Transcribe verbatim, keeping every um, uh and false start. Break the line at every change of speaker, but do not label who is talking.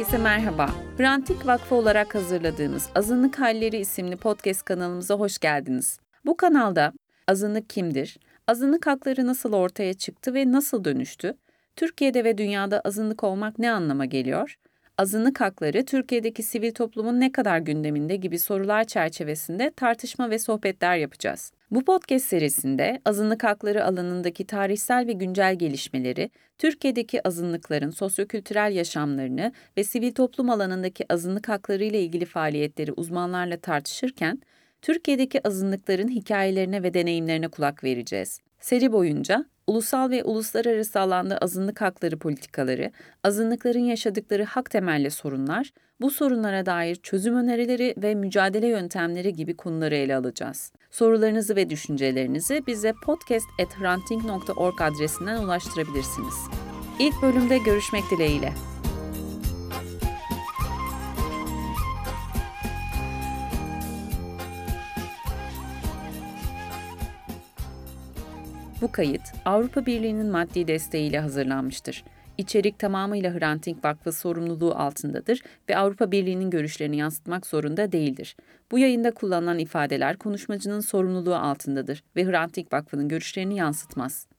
Herkese merhaba. Hrant Dink Vakfı olarak hazırladığımız Azınlık Halleri isimli podcast kanalımıza hoş geldiniz. Bu kanalda azınlık kimdir, azınlık hakları nasıl ortaya çıktı ve nasıl dönüştü, Türkiye'de ve dünyada azınlık olmak ne anlama geliyor, azınlık hakları Türkiye'deki sivil toplumun ne kadar gündeminde gibi sorular çerçevesinde tartışma ve sohbetler yapacağız. Bu podcast serisinde azınlık hakları alanındaki tarihsel ve güncel gelişmeleri, Türkiye'deki azınlıkların sosyokültürel yaşamlarını ve sivil toplum alanındaki azınlık hakları ile ilgili faaliyetleri uzmanlarla tartışırken, Türkiye'deki azınlıkların hikayelerine ve deneyimlerine kulak vereceğiz. Seri boyunca ulusal ve uluslararası alanda azınlık hakları politikaları, azınlıkların yaşadıkları hak temelli sorunlar, bu sorunlara dair çözüm önerileri ve mücadele yöntemleri gibi konuları ele alacağız. Sorularınızı ve düşüncelerinizi bize podcast at hrant dink nokta org adresinden ulaştırabilirsiniz. İlk bölümde görüşmek dileğiyle. Bu kayıt Avrupa Birliği'nin maddi desteğiyle hazırlanmıştır. İçerik tamamıyla Hrant Dink Vakfı sorumluluğu altındadır ve Avrupa Birliği'nin görüşlerini yansıtmak zorunda değildir. Bu yayında kullanılan ifadeler konuşmacının sorumluluğu altındadır ve Hrant Dink Vakfı'nın görüşlerini yansıtmaz.